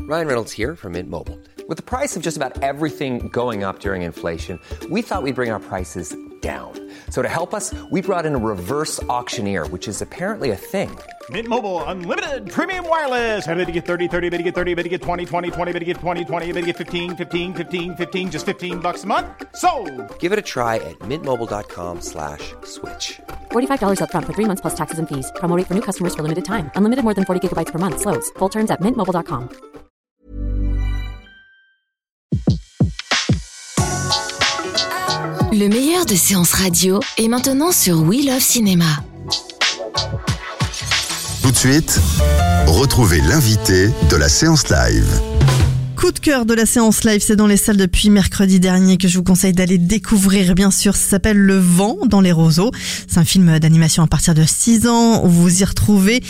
Ryan Reynolds here from Mint Mobile. With the price of just about everything going up during inflation, we thought we'd bring our prices down. So to help us, we brought in a reverse auctioneer, which is apparently a thing. Mint Mobile Unlimited Premium Wireless. How to get 30, 30, how to get 30, how to get 20, 20, 20, how to get 20, 20, how to get 15, 15, 15, 15, just $15 a month? Sold! Give it a try at mintmobile.com/switch. $45 up front for 3 months plus taxes and fees. Promo rate for new customers for limited time. Unlimited more than 40 gigabytes per month. Slows full terms at mintmobile.com. Le meilleur de séances radio est maintenant sur We Love Cinéma. Tout de suite, retrouvez l'invité de la séance live. Coup de cœur de la séance live, c'est dans les salles depuis mercredi dernier que je vous conseille d'aller découvrir. Bien sûr, ça s'appelle Le Vent dans les roseaux. C'est un film d'animation à partir de 6 ans où vous y retrouvez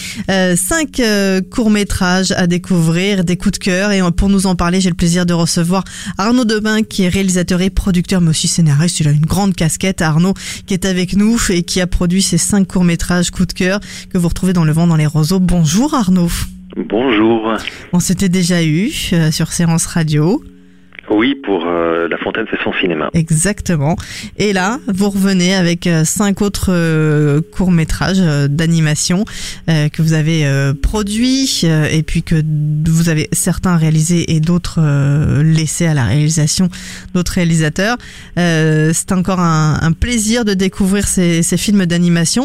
5 courts-métrages à découvrir, des coups de cœur. Et pour nous en parler, j'ai le plaisir de recevoir Arnaud Debin, qui est réalisateur et producteur, mais aussi scénariste. Il a une grande casquette. Arnaud, qui est avec nous et qui a produit ces 5 courts-métrages coups de cœur que vous retrouvez dans Le Vent dans les roseaux. Bonjour Arnaud. Bonjour. On s'était déjà eu sur Séance Radio. Oui, pour La Fontaine fait son cinéma. Exactement. Et là, vous revenez avec 5 autres courts-métrages d'animation que vous avez produits et puis que vous avez certains réalisés et d'autres laissés à la réalisation d'autres réalisateurs. C'est encore un plaisir de découvrir ces films d'animation.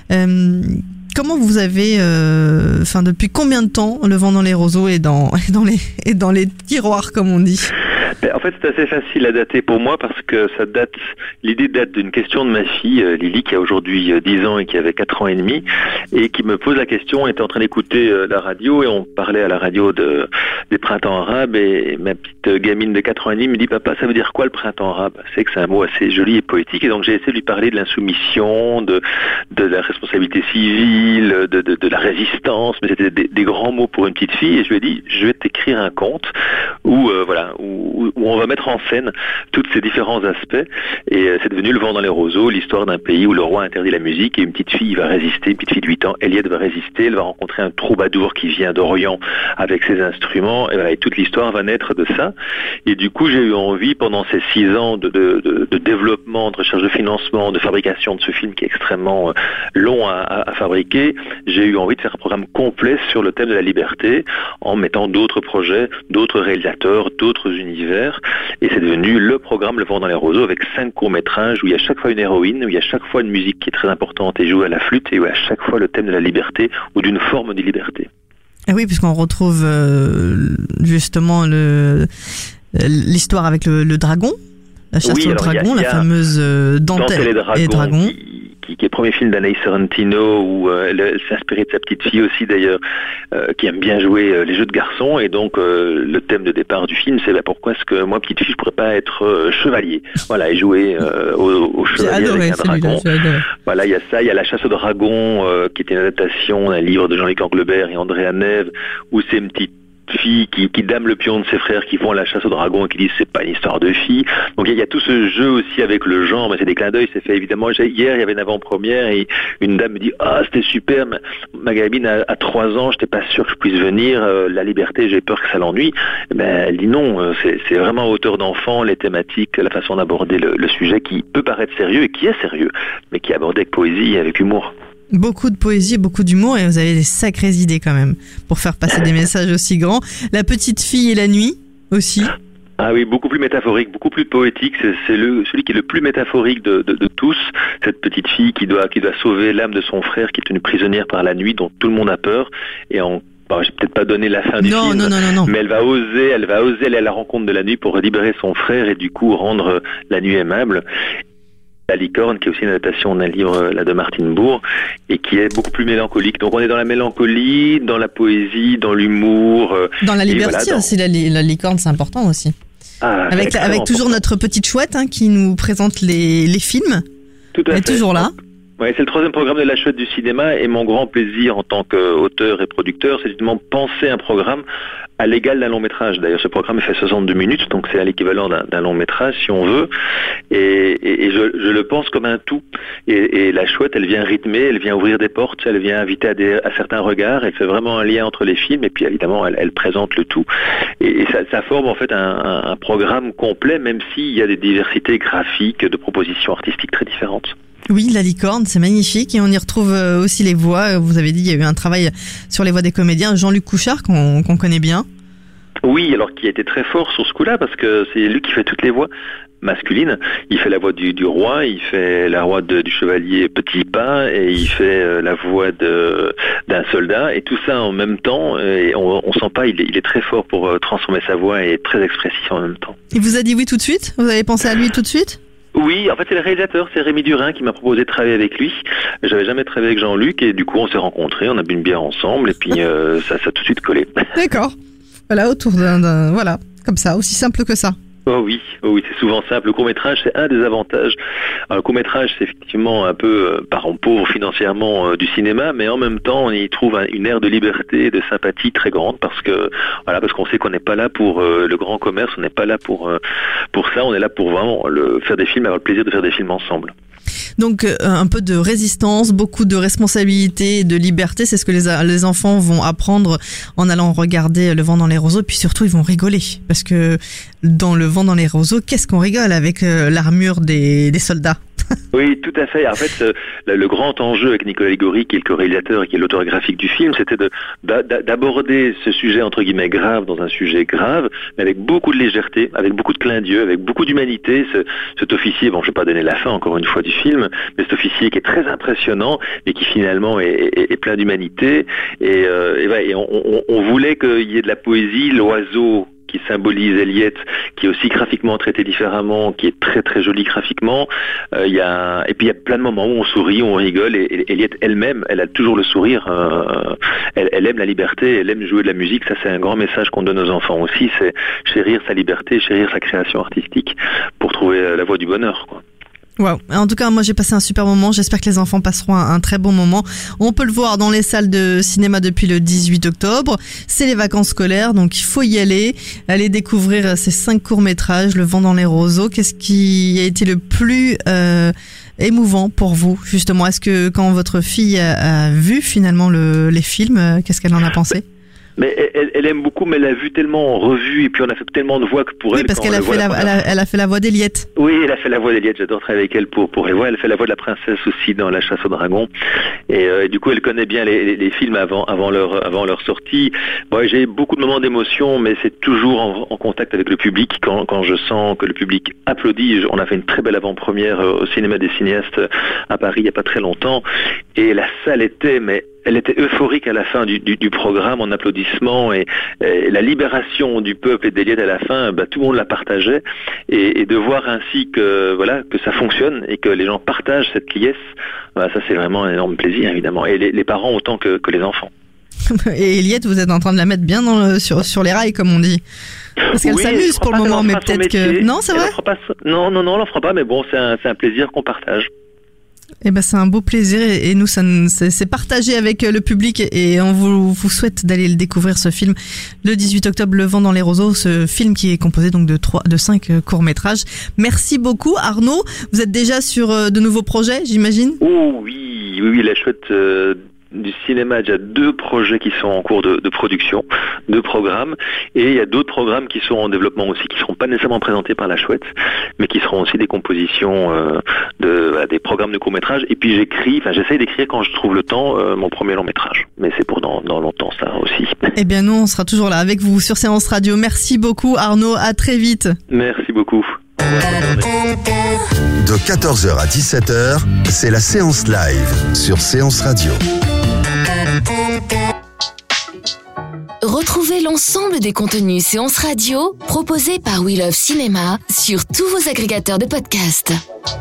Comment vous avez, depuis combien de temps Le Vent dans les roseaux est dans les tiroirs, comme on dit? En fait, c'est assez facile à dater pour moi parce que l'idée date d'une question de ma fille, Lily, qui a aujourd'hui 10 ans et qui avait 4 ans et demi, et qui me pose la question. Elle était en train d'écouter la radio et on parlait à la radio des printemps arabes et ma petite gamine de 4 ans et demi me dit: papa, ça veut dire quoi le printemps arabe? C'est que c'est un mot assez joli et poétique, et donc j'ai essayé de lui parler de l'insoumission, de la responsabilité civile, de la résistance, mais c'était des grands mots pour une petite fille, et je lui ai dit: je vais t'écrire un conte où on va mettre en scène tous ces différents aspects, et c'est devenu Le Vent dans les roseaux, l'histoire d'un pays où le roi interdit la musique et une petite fille va résister, une petite fille de 8 ans, Eliette va résister, elle va rencontrer un troubadour qui vient d'Orient avec ses instruments, et voilà, et toute l'histoire va naître de ça. Et du coup, j'ai eu envie, pendant ces 6 ans de développement, de recherche de financement, de fabrication de ce film qui est extrêmement long à fabriquer, j'ai eu envie de faire un programme complet sur le thème de la liberté, en mettant d'autres projets, d'autres réalisateurs, d'autres univers, et c'est devenu le programme Le Vent dans les roseaux, avec 5 courts-métrages où il y a chaque fois une héroïne, où il y a chaque fois une musique qui est très importante et jouée à la flûte, et où il y a chaque fois le thème de la liberté ou d'une forme de liberté. Et oui, puisqu'on retrouve justement l'histoire avec le dragon, la chasse au dragon, la fameuse Dentelle et Dragon. Qui est le premier film d'Anaïs Sorrentino, où elle s'est inspirée de sa petite fille aussi d'ailleurs, qui aime bien jouer les jeux de garçons, et donc le thème de départ du film, c'est pourquoi est-ce que moi, petite fille, je pourrais pas être chevalier, voilà, et jouer au chevalier avec un dragon. Voilà, il y a ça, il y a La chasse au dragon, qui était une adaptation d'un livre de Jean-Luc Anglebert et Andrea Neve, où c'est une petite fille qui dame le pion de ses frères qui vont à la chasse au dragon et qui disent c'est pas une histoire de fille. Donc il y a tout ce jeu aussi avec le genre, mais c'est des clins d'œil, c'est fait évidemment. Hier, il y avait une avant-première et une dame me dit: ah, c'était super, ma gamine a 3 ans, j'étais pas sûr que je puisse venir, la liberté, j'ai peur que ça l'ennuie. Ben, elle dit non, c'est vraiment à hauteur d'enfant, les thématiques, la façon d'aborder le sujet qui peut paraître sérieux et qui est sérieux, mais qui est abordé avec poésie et avec humour. Beaucoup de poésie, beaucoup d'humour, et vous avez des sacrées idées quand même pour faire passer des messages aussi grands. La petite fille et la nuit aussi. Ah oui, beaucoup plus métaphorique, beaucoup plus poétique. C'est celui qui est le plus métaphorique de tous. Cette petite fille qui doit sauver l'âme de son frère qui est tenue prisonnière par la nuit, dont tout le monde a peur. Et j'ai peut-être pas donné la fin du film, non. Mais elle va oser aller à la rencontre de la nuit pour libérer son frère et du coup rendre la nuit aimable. La licorne, qui est aussi une adaptation d'un livre de Martine Bourg, et qui est beaucoup plus mélancolique. Donc on est dans la mélancolie, dans la poésie, dans l'humour. Dans la liberté aussi, la licorne, c'est important aussi. Avec toujours notre petite chouette qui nous présente les films. Tout à fait. Elle est toujours là. Ouais, c'est le 3e programme de la Chouette du cinéma et mon grand plaisir en tant qu'auteur et producteur, c'est justement penser un programme à l'égal d'un long métrage. D'ailleurs, ce programme fait 62 minutes, donc c'est à l'équivalent d'un long métrage si on veut. Et je le pense comme un tout. Et la Chouette, elle vient rythmer, elle vient ouvrir des portes, elle vient inviter à certains regards, elle fait vraiment un lien entre les films et puis évidemment, elle présente le tout. Et ça forme en fait un programme complet, même s'il y a des diversités graphiques, de propositions artistiques très différentes. Oui, La Licorne, c'est magnifique et on y retrouve aussi les voix. Vous avez dit, il y a eu un travail sur les voix des comédiens. Jean-Luc Couchard, qu'on connaît bien. Oui, alors qui a été très fort sur ce coup-là parce que c'est lui qui fait toutes les voix masculines. Il fait la voix du roi, il fait la voix du chevalier Petit Pas et il fait la voix d'un soldat et tout ça en même temps. Et on sent pas, il est très fort pour transformer sa voix et être très expressif en même temps. Il vous a dit oui tout de suite ? Vous avez pensé à lui tout de suite ? Oui, en fait c'est le réalisateur, c'est Rémi Durin qui m'a proposé de travailler avec lui. J'avais jamais travaillé avec Jean-Luc et du coup on s'est rencontrés, on a bu une bière ensemble et puis ça a tout de suite collé. D'accord. Voilà, autour d'un voilà, comme ça, aussi simple que ça. Oh oui, c'est souvent simple. Le court-métrage, c'est un des avantages. Alors, le court-métrage, c'est effectivement un peu parent pauvre financièrement du cinéma, mais en même temps, on y trouve une ère de liberté et de sympathie très grande parce qu'on sait qu'on n'est pas là pour le grand commerce, on n'est pas là pour ça, on est là pour vraiment faire des films, avoir le plaisir de faire des films ensemble. Donc un peu de résistance, beaucoup de responsabilité, de liberté, c'est ce que les enfants vont apprendre en allant regarder Le Vent dans les roseaux, puis surtout ils vont rigoler parce que dans Le Vent dans les roseaux, qu'est-ce qu'on rigole avec l'armure des soldats. Oui, tout à fait. En fait, le grand enjeu avec Nicolas Ligori, qui est le co-réalisateur et qui est l'auteur graphique du film, c'était d'aborder ce sujet entre guillemets grave dans un sujet grave, mais avec beaucoup de légèreté, avec beaucoup de clin d'yeux, avec beaucoup d'humanité. Cet officier, bon, je vais pas donner la fin encore une fois du film, mais cet officier qui est très impressionnant et qui finalement est plein d'humanité. Et on voulait qu'il y ait de la poésie, l'oiseau qui symbolise Eliette, qui est aussi graphiquement traité différemment, qui est très très joli graphiquement. Et puis il y a plein de moments où on sourit, où on rigole, et Eliette elle-même, elle a toujours le sourire. Elle aime la liberté, elle aime jouer de la musique. Ça, c'est un grand message qu'on donne aux enfants aussi, c'est chérir sa liberté, chérir sa création artistique pour trouver la voie du bonheur, quoi. Wow. En tout cas, moi j'ai passé un super moment. J'espère que les enfants passeront un très bon moment. On peut le voir dans les salles de cinéma depuis le 18 octobre. C'est les vacances scolaires, donc il faut y aller découvrir ces 5 courts-métrages, Le Vent dans les roseaux. Qu'est-ce qui a été le plus émouvant pour vous, justement? Est-ce que quand votre fille a vu finalement les films, qu'est-ce qu'elle en a pensé? Mais elle aime beaucoup, mais elle a vu tellement en revue, et puis on a fait tellement de voix que pour elle... Oui, parce qu'elle a fait la voix d'Eliette. Oui, elle a fait la voix d'Eliette, j'adore travailler avec elle pour les voix. Elle fait la voix de la princesse aussi dans La Chasse au dragon. Et du coup, elle connaît bien les films avant leur sortie. Bon, j'ai beaucoup de moments d'émotion, mais c'est toujours en contact avec le public. Quand je sens que le public applaudit, on a fait une très belle avant-première au cinéma des cinéastes à Paris il n'y a pas très longtemps. Et la salle elle était euphorique à la fin du programme en applaudissements et la libération du peuple et d'Eliette à la fin, tout le monde la partageait et de voir ainsi que ça fonctionne et que les gens partagent cette liesse, ça c'est vraiment un énorme plaisir évidemment et les parents autant que les enfants. Et Eliette, vous êtes en train de la mettre bien sur les rails comme on dit. Parce qu'elle s'amuse pour le moment, mais peut-être que... Non, c'est vrai ? Non, on l'en fera pas, mais bon, c'est un plaisir qu'on partage. Eh ben, c'est un beau plaisir et nous, c'est partagé avec le public et on vous souhaite d'aller le découvrir, ce film, le 18 octobre, Le Vent dans les roseaux, ce film qui est composé donc de 5 courts-métrages. Merci beaucoup, Arnaud. Vous êtes déjà sur de nouveaux projets, j'imagine? Oh oui, la Chouette du cinéma, il y a 2 projets qui sont en cours de production, 2 programmes, et il y a d'autres programmes qui sont en développement aussi, qui ne seront pas nécessairement présentés par la Chouette, mais qui seront aussi des compositions des programmes de court-métrage. Et puis j'essaye d'écrire quand je trouve le temps mon premier long-métrage, mais c'est pour dans longtemps ça aussi. Eh bien nous, on sera toujours là avec vous sur Séance Radio. Merci beaucoup Arnaud, à très vite. Merci beaucoup. De 14h à 17h, c'est la séance live sur Séance Radio. Retrouvez l'ensemble des contenus Séance Radio proposés par We Love Cinéma sur tous vos agrégateurs de podcasts.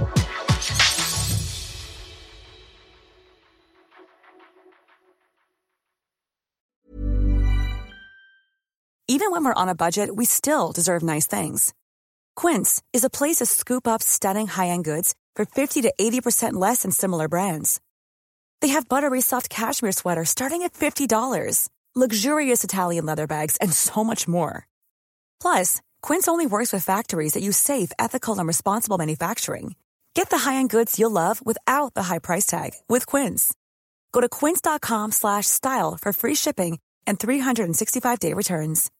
Even when we're on a budget, we still deserve nice things. Quince is a place to scoop up stunning high-end goods for 50 to 80% less than similar brands. They have buttery soft cashmere sweaters starting at $50, luxurious Italian leather bags, and so much more. Plus, Quince only works with factories that use safe, ethical, and responsible manufacturing. Get the high-end goods you'll love without the high price tag with Quince. Go to quince.com/style for free shipping and 365-day returns.